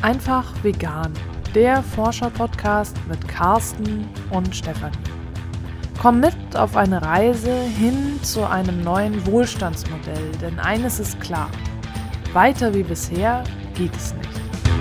Einfach vegan, der Forscher-Podcast mit Carsten und Stefanie. Komm mit auf eine Reise hin zu einem neuen Wohlstandsmodell, denn eines ist klar: weiter wie bisher geht es nicht.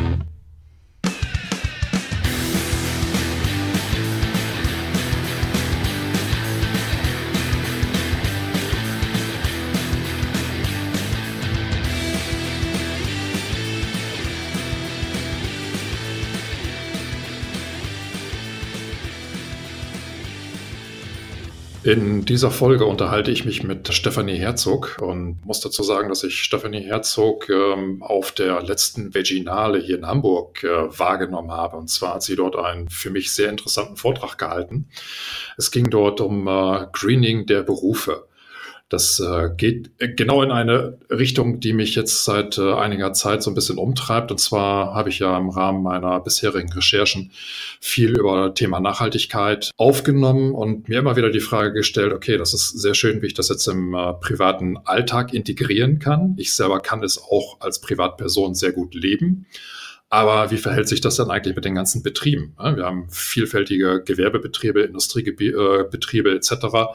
In dieser Folge unterhalte ich mich mit Stefanie Herzog und muss dazu sagen, dass ich Stefanie Herzog auf der letzten Veginale hier in Hamburg wahrgenommen habe. Und zwar hat sie dort einen für mich sehr interessanten Vortrag gehalten. Es ging dort um Greening der Berufe. Das geht genau in eine Richtung, die mich jetzt seit einiger Zeit so ein bisschen umtreibt. Und zwar habe ich ja im Rahmen meiner bisherigen Recherchen viel über Thema Nachhaltigkeit aufgenommen und mir immer wieder die Frage gestellt, okay, das ist sehr schön, wie ich das jetzt im privaten Alltag integrieren kann. Ich selber kann es auch als Privatperson sehr gut leben. Aber wie verhält sich das dann eigentlich mit den ganzen Betrieben? Wir haben vielfältige Gewerbebetriebe, Industriebetriebe etc.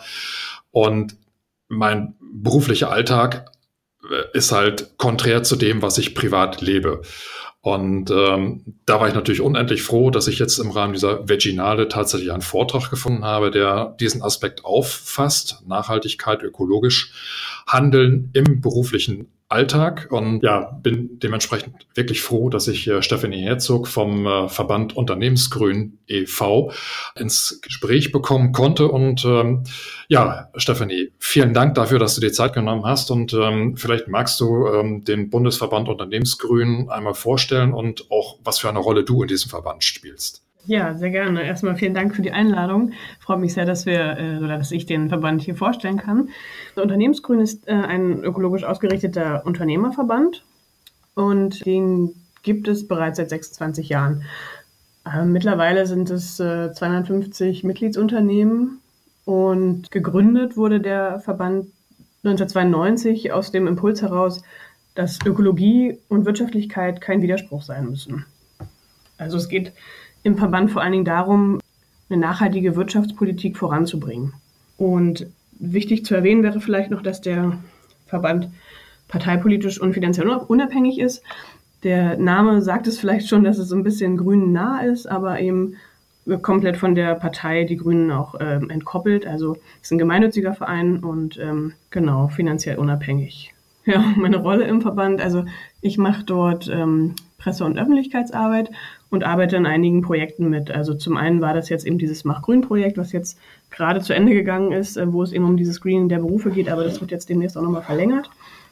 Und mein beruflicher Alltag ist halt konträr zu dem, was ich privat lebe. Und da war ich natürlich unendlich froh, dass ich jetzt im Rahmen dieser Veginale tatsächlich einen Vortrag gefunden habe, der diesen Aspekt auffasst: Nachhaltigkeit, ökologisch handeln im beruflichen Alltag. Und ja, bin dementsprechend wirklich froh, dass ich Stefanie Herzog vom Verband Unternehmensgrün e.V. ins Gespräch bekommen konnte. Und ja, Stefanie, vielen Dank dafür, dass du dir Zeit genommen hast. Und vielleicht magst du den Bundesverband Unternehmensgrün einmal vorstellen und auch, was für eine Rolle du in diesem Verband spielst. Ja, sehr gerne. Erstmal vielen Dank für die Einladung. Freut mich sehr, dass ich den Verband hier vorstellen kann. Der Unternehmensgrün ist ein ökologisch ausgerichteter Unternehmerverband und den gibt es bereits seit 26 Jahren. Mittlerweile sind es 250 Mitgliedsunternehmen und gegründet wurde der Verband 1992 aus dem Impuls heraus, dass Ökologie und Wirtschaftlichkeit kein Widerspruch sein müssen. Also es geht im Verband vor allen Dingen darum, eine nachhaltige Wirtschaftspolitik voranzubringen. Und wichtig zu erwähnen wäre vielleicht noch, dass der Verband parteipolitisch und finanziell unabhängig ist. Der Name sagt es vielleicht schon, dass es so ein bisschen Grünen nah ist, aber eben komplett von der Partei, die Grünen, auch entkoppelt. Also es ist ein gemeinnütziger Verein und genau, finanziell unabhängig. Ja, meine Rolle im Verband, also ich mache dort Presse- und Öffentlichkeitsarbeit und arbeite an einigen Projekten mit. Also zum einen war das jetzt eben dieses Mach-Grün-Projekt, was jetzt gerade zu Ende gegangen ist, wo es eben um dieses Screening der Berufe geht, aber das wird jetzt demnächst auch nochmal verlängert.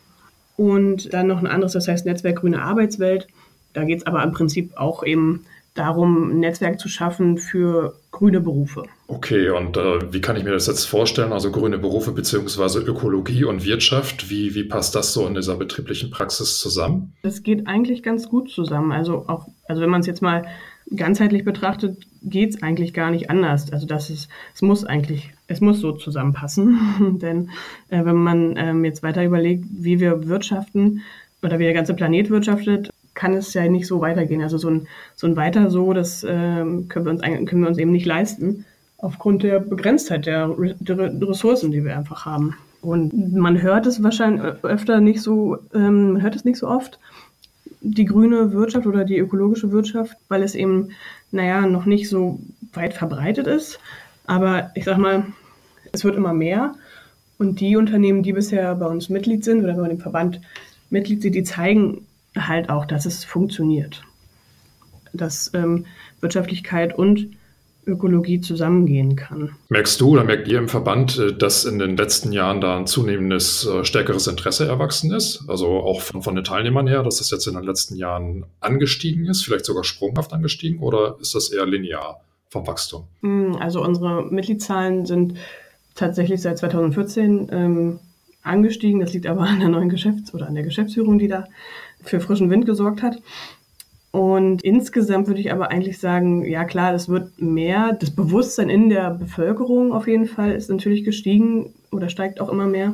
Und dann noch ein anderes, das heißt Netzwerk Grüne Arbeitswelt. Da geht es aber im Prinzip auch eben darum, ein Netzwerk zu schaffen für grüne Berufe. Okay, und wie kann ich mir das jetzt vorstellen? Also grüne Berufe beziehungsweise Ökologie und Wirtschaft, wie passt das so in dieser betrieblichen Praxis zusammen? Das geht eigentlich ganz gut zusammen. Also wenn man es jetzt mal ganzheitlich betrachtet, geht es eigentlich gar nicht anders. Also es muss so zusammenpassen. Denn wenn man jetzt weiter überlegt, wie wir wirtschaften oder wie der ganze Planet wirtschaftet, kann es ja nicht so weitergehen. Also so ein Weiter so, das können wir uns eben nicht leisten, aufgrund der Begrenztheit der Ressourcen, die wir einfach haben. Und man hört es wahrscheinlich nicht so oft, die grüne Wirtschaft oder die ökologische Wirtschaft, weil es eben, noch nicht so weit verbreitet ist. Aber ich sag mal, es wird immer mehr. Und die Unternehmen, die bisher bei uns Mitglied sind oder bei dem Verband Mitglied sind, die zeigen halt auch, dass es funktioniert. Dass Wirtschaftlichkeit und Ökologie zusammengehen kann. Merkst du oder merkt ihr im Verband, dass in den letzten Jahren da ein zunehmendes, stärkeres Interesse erwachsen ist? Also auch von den Teilnehmern her, dass das jetzt in den letzten Jahren angestiegen ist, vielleicht sogar sprunghaft angestiegen, oder ist das eher linear vom Wachstum? Also unsere Mitgliedszahlen sind tatsächlich seit 2014 angestiegen. Das liegt aber an der neuen an der Geschäftsführung, die da für frischen Wind gesorgt hat. Und insgesamt würde ich aber eigentlich sagen, ja klar, das wird mehr. Das Bewusstsein in der Bevölkerung auf jeden Fall ist natürlich gestiegen oder steigt auch immer mehr.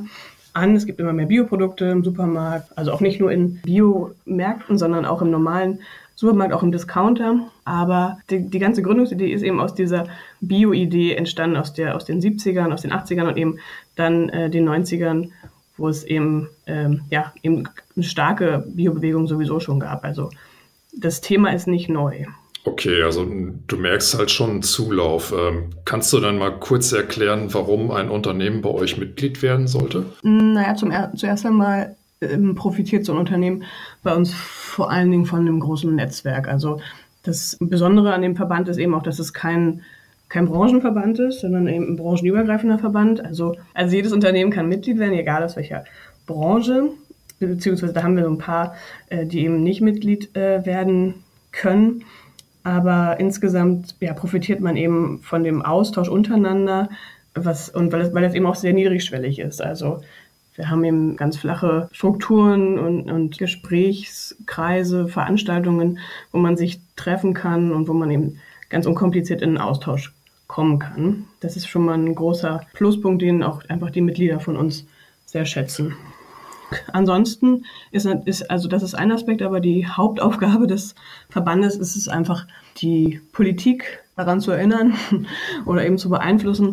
an. Es gibt immer mehr Bioprodukte im Supermarkt, also auch nicht nur in Biomärkten, sondern auch im normalen Supermarkt, auch im Discounter. Aber die ganze Gründungsidee ist eben aus dieser Bio-Idee entstanden, aus den 70ern, aus den 80ern und eben dann den 90ern, wo es eben eben eine starke Biobewegung sowieso schon gab. Also das Thema ist nicht neu. Okay, also du merkst halt schon einen Zulauf. Kannst du dann mal kurz erklären, warum ein Unternehmen bei euch Mitglied werden sollte? Naja, zuerst einmal profitiert so ein Unternehmen bei uns vor allen Dingen von einem großen Netzwerk. Also das Besondere an dem Verband ist eben auch, dass es kein Branchenverband ist, sondern eben ein branchenübergreifender Verband. Also jedes Unternehmen kann Mitglied werden, egal aus welcher Branche. Beziehungsweise da haben wir so ein paar, die eben nicht Mitglied werden können. Aber insgesamt profitiert man eben von dem Austausch untereinander, weil es eben auch sehr niedrigschwellig ist. Also wir haben eben ganz flache Strukturen und Gesprächskreise, Veranstaltungen, wo man sich treffen kann und wo man eben ganz unkompliziert in einen Austausch kommen kann. Das ist schon mal ein großer Pluspunkt, den auch einfach die Mitglieder von uns sehr schätzen. Ansonsten ist das ist ein Aspekt, aber die Hauptaufgabe des Verbandes ist es einfach, die Politik daran zu erinnern oder eben zu beeinflussen,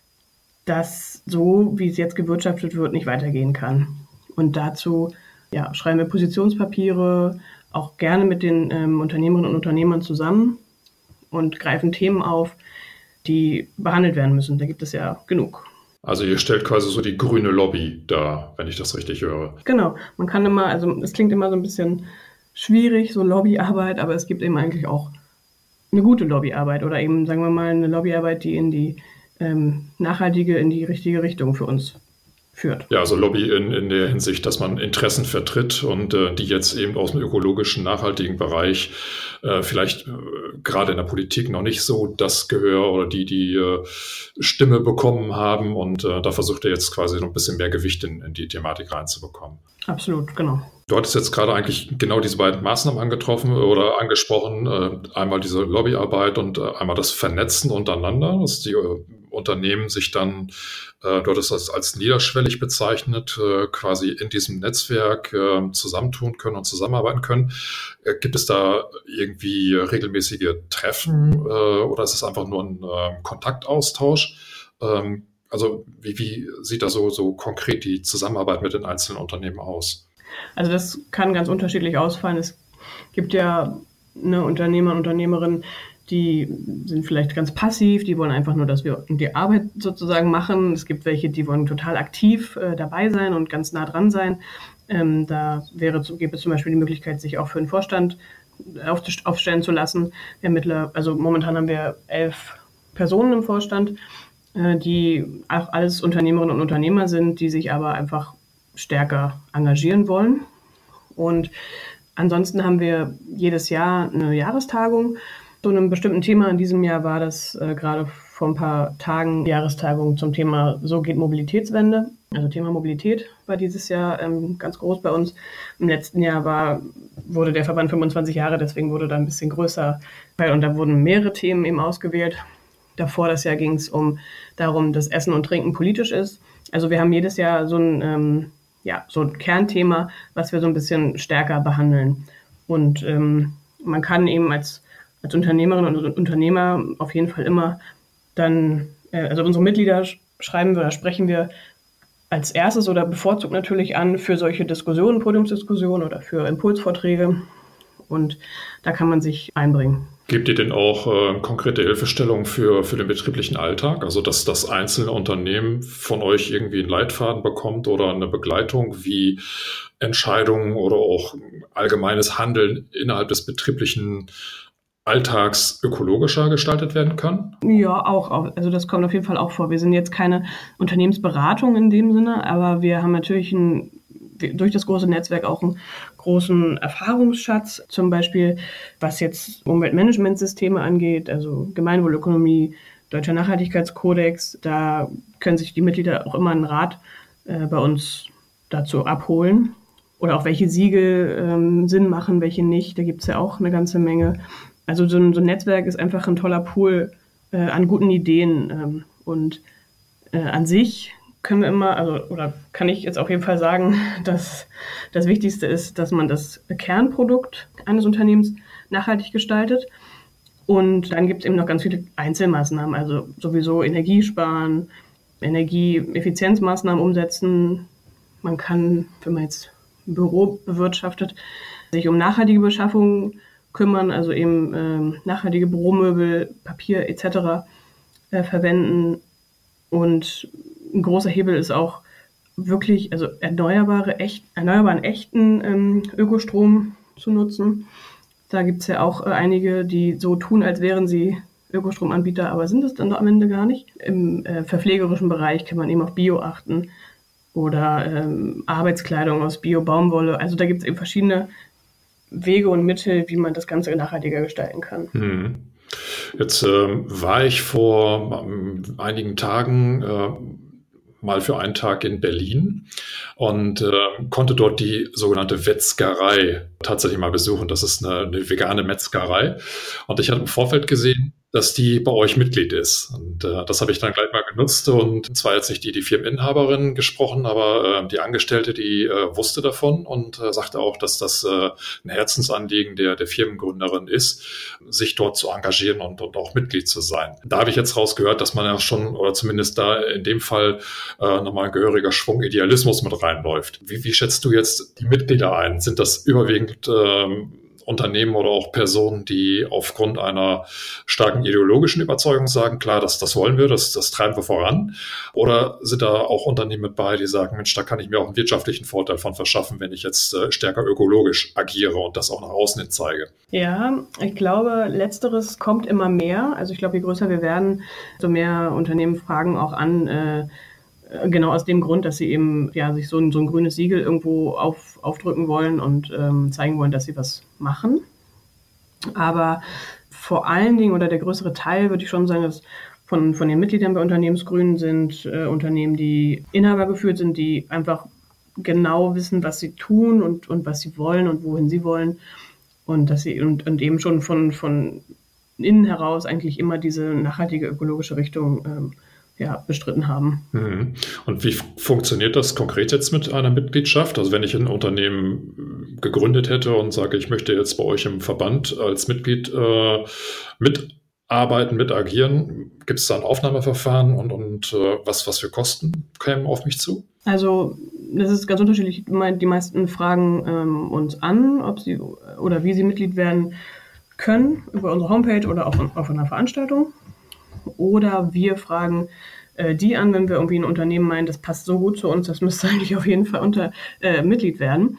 dass so, wie es jetzt gewirtschaftet wird, nicht weitergehen kann. Und dazu schreiben wir Positionspapiere, auch gerne mit den Unternehmerinnen und Unternehmern zusammen und greifen Themen auf, die behandelt werden müssen. Da gibt es ja genug. Also ihr stellt quasi so die grüne Lobby dar, wenn ich das richtig höre. Genau, man kann immer, also es klingt immer so ein bisschen schwierig, so Lobbyarbeit, aber es gibt eben eigentlich auch eine gute Lobbyarbeit oder eben, sagen wir mal, eine Lobbyarbeit, die in die nachhaltige, in die richtige Richtung für uns führt. Ja, also Lobby in der Hinsicht, dass man Interessen vertritt und die jetzt eben aus dem ökologischen, nachhaltigen Bereich vielleicht gerade in der Politik noch nicht so das Gehör oder die Stimme bekommen haben und da versucht er jetzt quasi noch ein bisschen mehr Gewicht in die Thematik reinzubekommen. Absolut, genau. Du hattest jetzt gerade eigentlich genau diese beiden Maßnahmen angesprochen, einmal diese Lobbyarbeit und einmal das Vernetzen untereinander, dass die Unternehmen sich dann, du hattest das als niederschwellig bezeichnet, quasi in diesem Netzwerk zusammentun können und zusammenarbeiten können. Gibt es da irgendwie regelmäßige Treffen oder ist es einfach nur ein Kontaktaustausch? Also wie sieht da so konkret die Zusammenarbeit mit den einzelnen Unternehmen aus? Also das kann ganz unterschiedlich ausfallen. Es gibt ja eine Unternehmer und Unternehmerinnen, die sind vielleicht ganz passiv, die wollen einfach nur, dass wir die Arbeit sozusagen machen. Es gibt welche, die wollen total aktiv dabei sein und ganz nah dran sein. Da gäbe es zum Beispiel die Möglichkeit, sich auch für den Vorstand aufstellen zu lassen. Momentan haben wir 11 Personen im Vorstand, die auch alles Unternehmerinnen und Unternehmer sind, die sich aber einfach stärker engagieren wollen. Und ansonsten haben wir jedes Jahr eine Jahrestagung zu einem bestimmten Thema. In diesem Jahr war das gerade vor ein paar Tagen Jahrestagung zum Thema So geht Mobilitätswende. Also Thema Mobilität war dieses Jahr ganz groß bei uns. Im letzten Jahr wurde der Verband 25 Jahre, deswegen wurde da ein bisschen größer. Und da wurden mehrere Themen eben ausgewählt. Davor das Jahr ging es darum, dass Essen und Trinken politisch ist. Also wir haben jedes Jahr so ein Kernthema, was wir so ein bisschen stärker behandeln. Und man kann eben als Unternehmerinnen und Unternehmer auf jeden Fall immer dann, also unsere Mitglieder sprechen wir als erstes oder bevorzugt natürlich an für solche Diskussionen, Podiumsdiskussionen oder für Impulsvorträge. Und da kann man sich einbringen. Gebt ihr denn auch konkrete Hilfestellungen für den betrieblichen Alltag? Also, dass das einzelne Unternehmen von euch irgendwie einen Leitfaden bekommt oder eine Begleitung, wie Entscheidungen oder auch allgemeines Handeln innerhalb des betrieblichen Alltags ökologischer gestaltet werden kann? Ja, auch. Also das kommt auf jeden Fall auch vor. Wir sind jetzt keine Unternehmensberatung in dem Sinne, aber wir haben natürlich durch das große Netzwerk auch einen großen Erfahrungsschatz, zum Beispiel was jetzt Umweltmanagementsysteme angeht, also Gemeinwohlökonomie, Deutscher Nachhaltigkeitskodex. Da können sich die Mitglieder auch immer einen Rat bei uns dazu abholen. Oder auch welche Siegel Sinn machen, welche nicht. Da gibt es ja auch eine ganze Menge. Also so ein Netzwerk ist einfach ein toller Pool an guten Ideen. Und an sich können wir immer, oder kann ich jetzt auf jeden Fall sagen, dass das Wichtigste ist, dass man das Kernprodukt eines Unternehmens nachhaltig gestaltet. Und dann gibt es eben noch ganz viele Einzelmaßnahmen, also sowieso Energiesparen, Energieeffizienzmaßnahmen umsetzen. Man kann, wenn man jetzt ein Büro bewirtschaftet, sich um nachhaltige Beschaffung kümmern, also eben nachhaltige Büromöbel, Papier etc. Verwenden. Und ein großer Hebel ist auch wirklich, also erneuerbaren echten Ökostrom zu nutzen. Da gibt es ja auch einige, die so tun, als wären sie Ökostromanbieter, aber sind es dann doch am Ende gar nicht. Im verpflegerischen Bereich kann man eben auf Bio achten oder Arbeitskleidung aus Bio-Baumwolle. Also da gibt es eben verschiedene Wege und Mittel, wie man das Ganze nachhaltiger gestalten kann. Jetzt war ich vor einigen Tagen mal für einen Tag in Berlin und konnte dort die sogenannte Wetzgerei tatsächlich mal besuchen. Das ist eine vegane Metzgerei. Und ich hatte im Vorfeld gesehen, dass die bei euch Mitglied ist. Und das habe ich dann gleich mal genutzt. Und zwar jetzt nicht die Firmeninhaberin gesprochen, aber die Angestellte, die wusste davon und sagte auch, dass das ein Herzensanliegen der Firmengründerin ist, sich dort zu engagieren und auch Mitglied zu sein. Da habe ich jetzt rausgehört, dass man ja schon, oder zumindest da in dem Fall, nochmal ein gehöriger Schwung Idealismus mit reinläuft. Wie schätzt du jetzt die Mitglieder ein? Sind das überwiegend Unternehmen oder auch Personen, die aufgrund einer starken ideologischen Überzeugung sagen, klar, das wollen wir, das treiben wir voran? Oder sind da auch Unternehmen mit bei, die sagen, Mensch, da kann ich mir auch einen wirtschaftlichen Vorteil von verschaffen, wenn ich jetzt stärker ökologisch agiere und das auch nach außen hin zeige? Ja, ich glaube, Letzteres kommt immer mehr. Also ich glaube, je größer wir werden, so mehr Unternehmen fragen auch an, genau aus dem Grund, dass sie eben sich so ein grünes Siegel irgendwo aufdrücken wollen und zeigen wollen, dass sie was machen. Aber vor allen Dingen, oder der größere Teil, würde ich schon sagen, dass von den Mitgliedern bei Unternehmensgrünen sind Unternehmen, die inhabergeführt sind, die einfach genau wissen, was sie tun und was sie wollen und wohin sie wollen. Und dass sie und eben schon von innen heraus eigentlich immer diese nachhaltige ökologische Richtung bestritten haben. Und wie funktioniert das konkret jetzt mit einer Mitgliedschaft? Also wenn ich ein Unternehmen gegründet hätte und sage, ich möchte jetzt bei euch im Verband als Mitglied mitarbeiten, mit agieren, gibt es da ein Aufnahmeverfahren und was für Kosten kämen auf mich zu? Also das ist ganz unterschiedlich. Die meisten fragen uns an, ob sie oder wie sie Mitglied werden können, über unsere Homepage oder auch auf einer Veranstaltung. Oder wir fragen die an, wenn wir irgendwie ein Unternehmen meinen, das passt so gut zu uns, das müsste eigentlich auf jeden Fall Mitglied werden.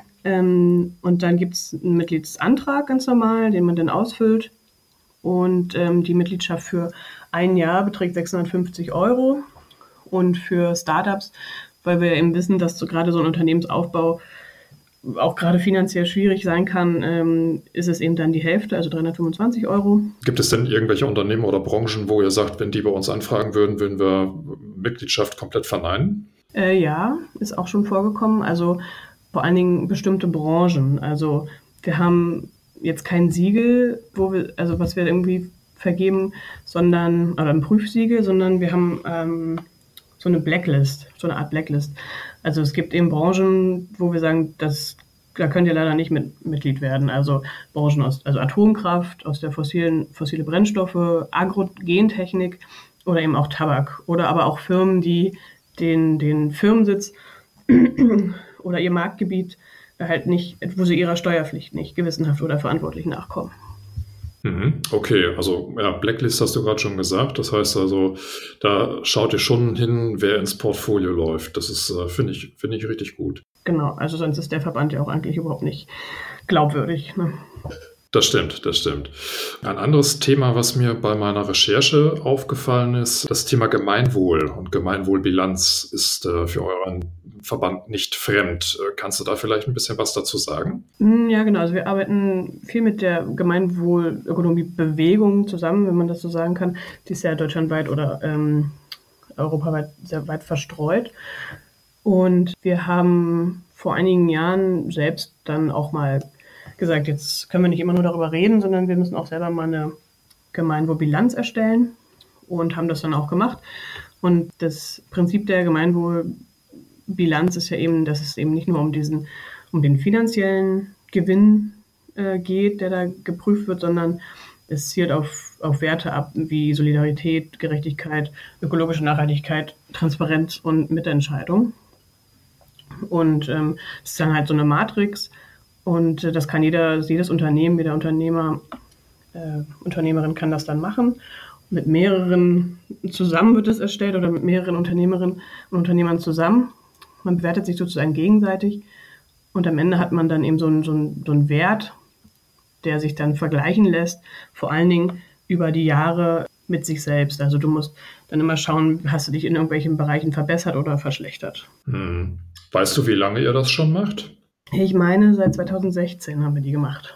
Und dann gibt es einen Mitgliedsantrag ganz normal, den man dann ausfüllt. Und die Mitgliedschaft für ein Jahr beträgt 650 €. Und für Startups, weil wir eben wissen, dass so gerade so ein Unternehmensaufbau auch gerade finanziell schwierig sein kann, ist es eben dann die Hälfte, also 325 €. Gibt es denn irgendwelche Unternehmen oder Branchen, wo ihr sagt, wenn die bei uns anfragen würden, würden wir Mitgliedschaft komplett verneinen? Ja, ist auch schon vorgekommen. Also vor allen Dingen bestimmte Branchen. Also wir haben jetzt kein Siegel, was wir irgendwie vergeben, oder ein Prüfsiegel, sondern wir haben so eine Blacklist, so eine Art Blacklist. Also es gibt eben Branchen, wo wir sagen, da könnt ihr leider nicht Mitglied werden. Also Branchen also Atomkraft, aus der fossile Brennstoffe, Agrogentechnik oder eben auch Tabak. Oder aber auch Firmen, die den Firmensitz oder ihr Marktgebiet halt nicht, wo sie ihrer Steuerpflicht nicht gewissenhaft oder verantwortlich nachkommen. Okay, also Blacklist hast du gerade schon gesagt. Das heißt also, da schaut ihr schon hin, wer ins Portfolio läuft. Das ist, finde ich richtig gut. Genau, also sonst ist der Verband ja auch eigentlich überhaupt nicht glaubwürdig. Ne? Das stimmt. Ein anderes Thema, was mir bei meiner Recherche aufgefallen ist, das Thema Gemeinwohl und Gemeinwohlbilanz ist für euren Verband nicht fremd. Kannst du da vielleicht ein bisschen was dazu sagen? Ja, genau. Also wir arbeiten viel mit der Gemeinwohlökonomie-Bewegung zusammen, wenn man das so sagen kann. Die ist ja deutschlandweit oder europaweit sehr weit verstreut. Und wir haben vor einigen Jahren selbst dann auch mal gesagt, jetzt können wir nicht immer nur darüber reden, sondern wir müssen auch selber mal eine Gemeinwohlbilanz erstellen und haben das dann auch gemacht Und das Prinzip der Gemeinwohlbilanz ist ja eben, dass es eben nicht nur um den finanziellen Gewinn geht, der da geprüft wird, sondern es zielt auf Werte ab wie Solidarität, Gerechtigkeit, ökologische Nachhaltigkeit, Transparenz und Mitentscheidung. Und es ist dann halt so eine Matrix und das kann jedes Unternehmen, jeder Unternehmer, Unternehmerin kann das dann machen. Mit mehreren zusammen wird es erstellt oder mit mehreren Unternehmerinnen und Unternehmern zusammen. Man bewertet sich sozusagen gegenseitig und am Ende hat man dann eben so einen Wert, der sich dann vergleichen lässt, vor allen Dingen über die Jahre mit sich selbst. Also du musst dann immer schauen, hast du dich in irgendwelchen Bereichen verbessert oder verschlechtert. Weißt du, wie lange ihr das schon macht? Ich meine, seit 2016 haben wir die gemacht.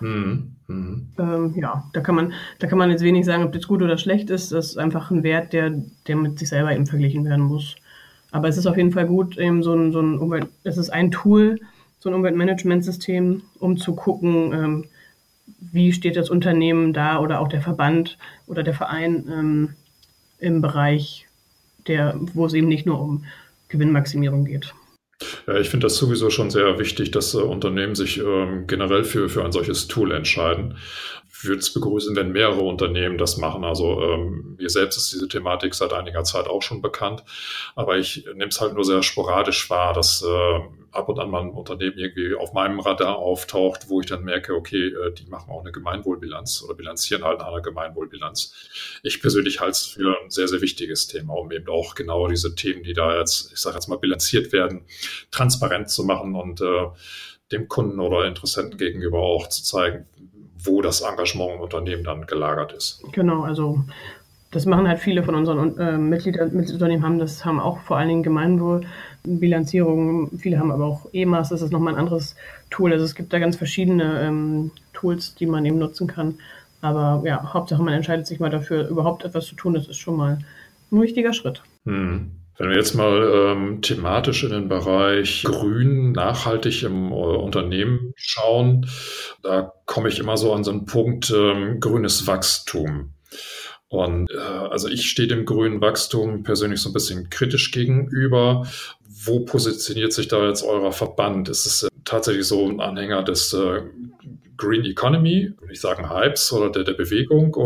Ja, da kann man jetzt wenig sagen, ob das gut oder schlecht ist. Das ist einfach ein Wert, der mit sich selber eben verglichen werden muss. Aber es ist auf jeden Fall gut, eben es ist ein Tool, so ein Umweltmanagementsystem, um zu gucken, wie steht das Unternehmen da oder auch der Verband oder der Verein im Bereich, wo es eben nicht nur um Gewinnmaximierung geht. Ja, ich finde das sowieso schon sehr wichtig, dass Unternehmen sich generell für ein solches Tool entscheiden. Ich würde es begrüßen, wenn mehrere Unternehmen das machen. Also mir selbst ist diese Thematik seit einiger Zeit auch schon bekannt, aber ich nehme es halt nur sehr sporadisch wahr, dass ab und an mal ein Unternehmen irgendwie auf meinem Radar auftaucht, wo ich dann merke, okay, die machen auch eine Gemeinwohlbilanz oder bilanzieren halt nach einer Gemeinwohlbilanz. Ich persönlich halte es für ein sehr, sehr wichtiges Thema, um eben auch genau diese Themen, die da jetzt, ich sage jetzt mal, bilanziert werden, transparent zu machen und dem Kunden oder Interessenten gegenüber auch zu zeigen, wo das Engagement im Unternehmen dann gelagert ist. Genau, also das machen halt viele von unseren Mitgliedsunternehmen haben auch vor allen Dingen Gemeinwohlbilanzierungen. Viele haben aber auch EMAS, das ist nochmal ein anderes Tool. Also es gibt da ganz verschiedene Tools, die man eben nutzen kann. Aber ja, Hauptsache man entscheidet sich mal dafür, überhaupt etwas zu tun. Das ist schon mal ein wichtiger Schritt. Wenn wir jetzt mal thematisch in den Bereich grün, nachhaltig im Unternehmen schauen, da komme ich immer so an so einen Punkt grünes Wachstum. Und also ich stehe dem grünen Wachstum persönlich so ein bisschen kritisch gegenüber. Wo positioniert sich da jetzt euer Verband? Ist es tatsächlich so ein Anhänger des Green Economy, würde ich sagen Hypes oder der Bewegung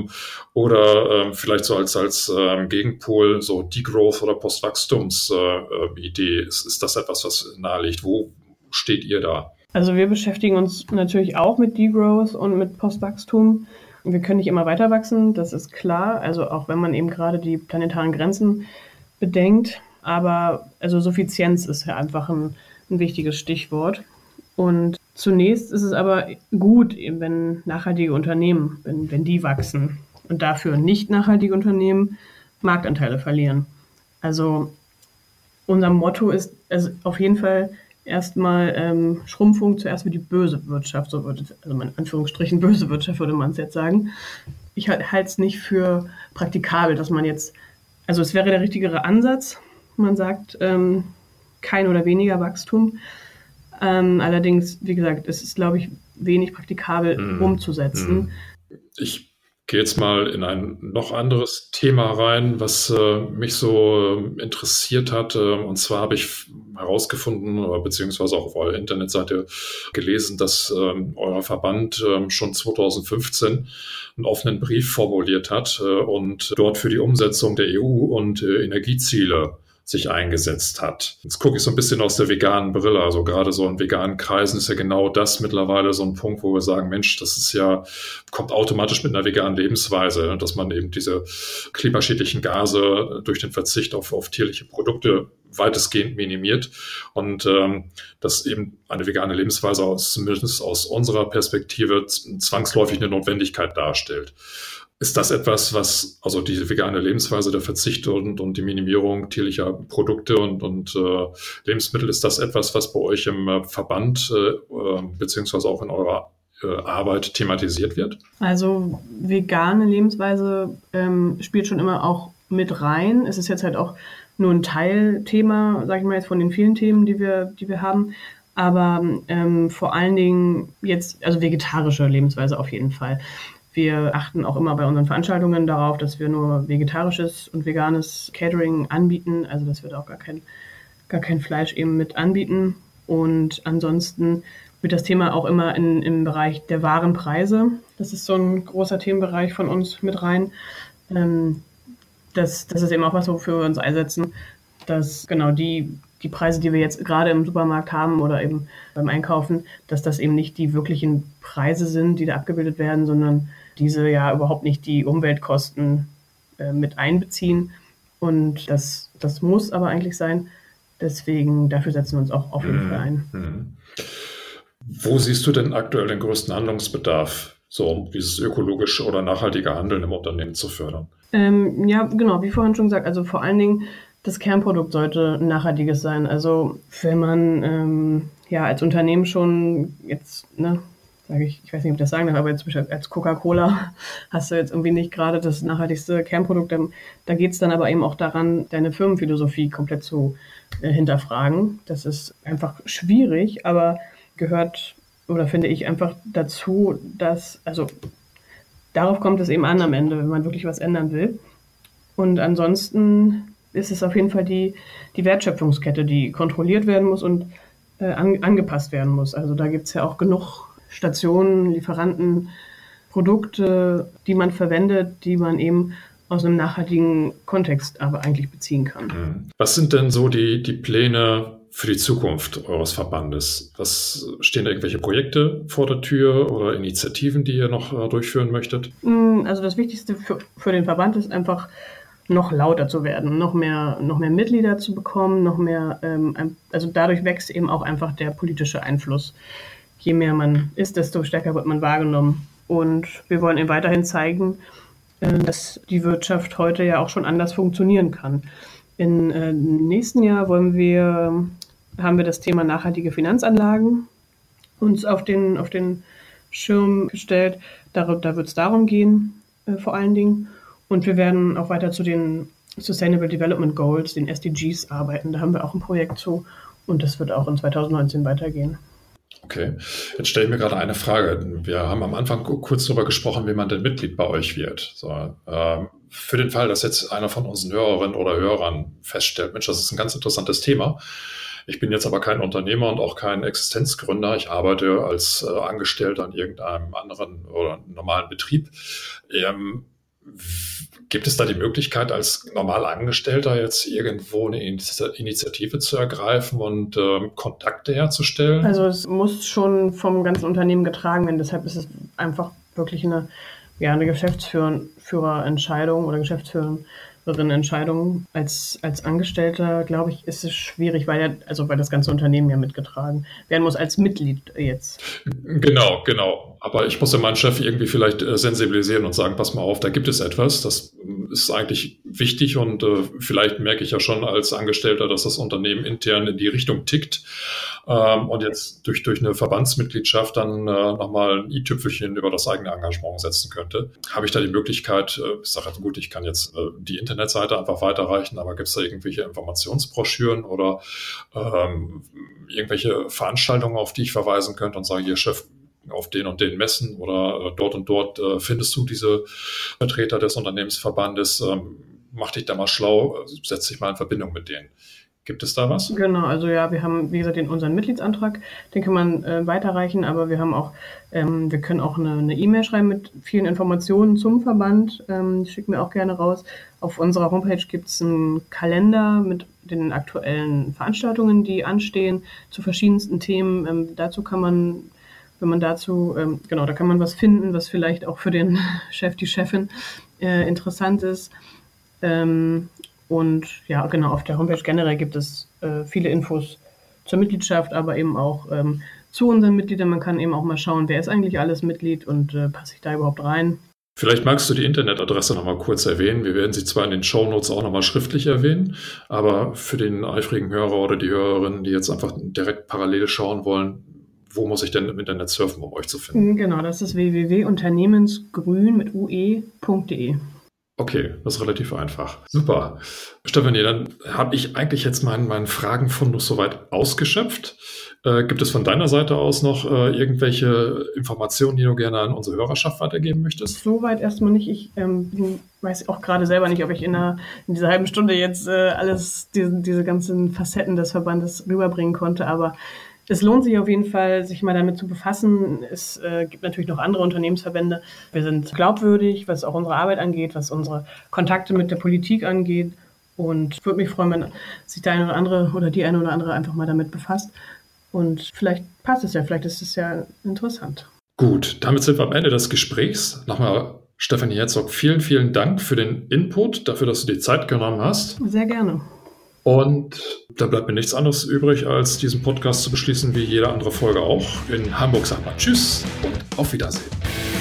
oder vielleicht so als Gegenpol so Degrowth oder Postwachstumsidee? Ist das etwas, was naheliegt? Wo steht ihr da? Also wir beschäftigen uns natürlich auch mit Degrowth und mit Postwachstum. Wir können nicht immer weiter wachsen, das ist klar. Also auch wenn man eben gerade die planetaren Grenzen bedenkt. Aber also Suffizienz ist ja einfach ein wichtiges Stichwort. Und zunächst ist es aber gut, wenn nachhaltige Unternehmen, wenn die wachsen und dafür nicht nachhaltige Unternehmen Marktanteile verlieren. Also unser Motto ist also auf jeden Fall erstmal Schrumpfung zuerst für die böse Wirtschaft, so würde also in Anführungsstrichen böse Wirtschaft würde man es jetzt sagen. Ich halte es nicht für praktikabel, dass man jetzt, also es wäre der richtigere Ansatz, man sagt kein oder weniger Wachstum. Allerdings, wie gesagt, es ist, glaube ich, wenig praktikabel umzusetzen. Ich gehe jetzt mal in ein noch anderes Thema rein, was mich so interessiert hat. Und zwar habe ich herausgefunden, beziehungsweise auch auf eurer Internetseite gelesen, dass euer Verband schon 2015 einen offenen Brief formuliert hat und dort für die Umsetzung der EU- und Energieziele sich eingesetzt hat. Jetzt gucke ich so ein bisschen aus der veganen Brille. Also gerade so in veganen Kreisen ist ja genau das mittlerweile so ein Punkt, wo wir sagen, Mensch, das ist ja, kommt automatisch mit einer veganen Lebensweise, dass man eben diese klimaschädlichen Gase durch den Verzicht auf tierliche Produkte weitestgehend minimiert und dass eben eine vegane Lebensweise zumindest aus unserer Perspektive zwangsläufig eine Notwendigkeit darstellt. Ist das etwas, was, also diese vegane Lebensweise, der Verzicht und die Minimierung tierlicher Produkte und Lebensmittel, ist das etwas, was bei euch im Verband beziehungsweise auch in eurer Arbeit thematisiert wird? Also vegane Lebensweise spielt schon immer auch mit rein. Es ist jetzt halt auch nur ein Teilthema, sage ich mal jetzt, von den vielen Themen, die wir haben. Aber vor allen Dingen jetzt, also vegetarische Lebensweise auf jeden Fall. Wir achten auch immer bei unseren Veranstaltungen darauf, dass wir nur vegetarisches und veganes Catering anbieten, also dass wir da auch gar kein Fleisch eben mit anbieten. Und ansonsten wird das Thema auch immer im Bereich der Warenpreise, das ist so ein großer Themenbereich von uns mit rein. Das ist eben auch was, wofür wir uns einsetzen, dass genau die Preise, die wir jetzt gerade im Supermarkt haben oder eben beim Einkaufen, dass das eben nicht die wirklichen Preise sind, die da abgebildet werden, sondern diese ja überhaupt nicht die Umweltkosten mit einbeziehen. Und das muss aber eigentlich sein. Deswegen, dafür setzen wir uns auch auf jeden Fall ein. Wo siehst du denn aktuell den größten Handlungsbedarf, so um dieses ökologische oder nachhaltige Handeln im Unternehmen zu fördern? Ja, genau, wie vorhin schon gesagt, also vor allen Dingen das Kernprodukt sollte ein nachhaltiges sein. Also wenn man als Unternehmen schon jetzt, sage ich weiß nicht, ob ich das sagen darf, aber jetzt zum Beispiel als Coca-Cola hast du jetzt irgendwie nicht gerade das nachhaltigste Kernprodukt. Da geht es dann aber eben auch daran, deine Firmenphilosophie komplett zu hinterfragen. Das ist einfach schwierig, aber gehört, oder finde ich, einfach dazu, dass, also darauf kommt es eben an am Ende, wenn man wirklich was ändern will. Und ansonsten ist es auf jeden Fall die Wertschöpfungskette, die kontrolliert werden muss und angepasst werden muss. Also da gibt es ja auch genug Stationen, Lieferanten, Produkte, die man verwendet, die man eben aus einem nachhaltigen Kontext aber eigentlich beziehen kann. Was sind denn so die Pläne für die Zukunft eures Verbandes? Was stehen da irgendwelche Projekte vor der Tür oder Initiativen, die ihr noch durchführen möchtet? Also das Wichtigste für den Verband ist einfach, noch lauter zu werden, noch mehr Mitglieder zu bekommen, noch mehr, also dadurch wächst eben auch einfach der politische Einfluss. Je mehr man ist, desto stärker wird man wahrgenommen. Und wir wollen eben weiterhin zeigen, dass die Wirtschaft heute ja auch schon anders funktionieren kann. Im nächsten Jahr haben wir das Thema nachhaltige Finanzanlagen uns auf den Schirm gestellt. Da wird es darum gehen, vor allen Dingen. Und wir werden auch weiter zu den Sustainable Development Goals, den SDGs, arbeiten. Da haben wir auch ein Projekt zu und das wird auch in 2019 weitergehen. Okay, jetzt stelle ich mir gerade eine Frage. Wir haben am Anfang kurz darüber gesprochen, wie man denn Mitglied bei euch wird. So, für den Fall, dass jetzt einer von unseren Hörerinnen oder Hörern feststellt, Mensch, das ist ein ganz interessantes Thema. Ich bin jetzt aber kein Unternehmer und auch kein Existenzgründer. Ich arbeite als Angestellter in irgendeinem anderen oder normalen Betrieb. Gibt es da die Möglichkeit, als normaler Angestellter jetzt irgendwo eine Initiative zu ergreifen und Kontakte herzustellen? Also es muss schon vom ganzen Unternehmen getragen werden. Deshalb ist es einfach wirklich eine Geschäftsführerentscheidung oder Geschäftsführerin-Entscheidung. Als Angestellter, glaube ich, ist es schwierig, weil das ganze Unternehmen ja mitgetragen werden muss als Mitglied jetzt. Genau. Aber ich muss ja meinen Chef irgendwie vielleicht sensibilisieren und sagen, pass mal auf, da gibt es etwas, das ist eigentlich wichtig und vielleicht merke ich ja schon als Angestellter, dass das Unternehmen intern in die Richtung tickt und jetzt durch eine Verbandsmitgliedschaft dann nochmal ein i-Tüpfelchen über das eigene Engagement setzen könnte. Habe ich da die Möglichkeit, ich sage gut, ich kann jetzt die Internetseite einfach weiterreichen, aber gibt es da irgendwelche Informationsbroschüren oder irgendwelche Veranstaltungen, auf die ich verweisen könnte und sage, hier Chef, auf den und den Messen oder dort und dort findest du diese Vertreter des Unternehmensverbandes, mach dich da mal schlau, setz dich mal in Verbindung mit denen. Gibt es da was? Genau, also ja, wir haben, wie gesagt, unseren Mitgliedsantrag, den kann man weiterreichen, aber wir haben auch, wir können auch eine E-Mail schreiben mit vielen Informationen zum Verband, die schicken wir auch gerne raus. Auf unserer Homepage gibt es einen Kalender mit den aktuellen Veranstaltungen, die anstehen, zu verschiedensten Themen. Dazu kann man, wenn man dazu, da kann man was finden, was vielleicht auch für den Chef, die Chefin interessant ist. Und ja, genau, auf der Homepage generell gibt es viele Infos zur Mitgliedschaft, aber eben auch zu unseren Mitgliedern. Man kann eben auch mal schauen, wer ist eigentlich alles Mitglied und passe ich da überhaupt rein. Vielleicht magst du die Internetadresse nochmal kurz erwähnen. Wir werden sie zwar in den Shownotes auch nochmal schriftlich erwähnen, aber für den eifrigen Hörer oder die Hörerin, die jetzt einfach direkt parallel schauen wollen, wo muss ich denn im Internet surfen, um euch zu finden? Genau, das ist www.unternehmensgrün mit ue.de. Okay, das ist relativ einfach. Super. Stefanie, dann habe ich eigentlich jetzt meinen Fragenfundus soweit ausgeschöpft. Gibt es von deiner Seite aus noch irgendwelche Informationen, die du gerne an unsere Hörerschaft weitergeben möchtest? Soweit erstmal nicht. Ich weiß auch gerade selber nicht, ob ich in dieser halben Stunde jetzt alles, diese ganzen Facetten des Verbandes rüberbringen konnte, aber es lohnt sich auf jeden Fall, sich mal damit zu befassen. Es gibt natürlich noch andere Unternehmensverbände. Wir sind glaubwürdig, was auch unsere Arbeit angeht, was unsere Kontakte mit der Politik angeht. Und ich würde mich freuen, wenn sich der eine oder andere oder die eine oder andere einfach mal damit befasst. Und vielleicht passt es ja, vielleicht ist es ja interessant. Gut, damit sind wir am Ende des Gesprächs. Nochmal, Stefanie Herzog, vielen, vielen Dank für den Input, dafür, dass du die Zeit genommen hast. Sehr gerne. Und da bleibt mir nichts anderes übrig, als diesen Podcast zu beschließen, wie jede andere Folge auch. In Hamburg sagt man Tschüss und auf Wiedersehen.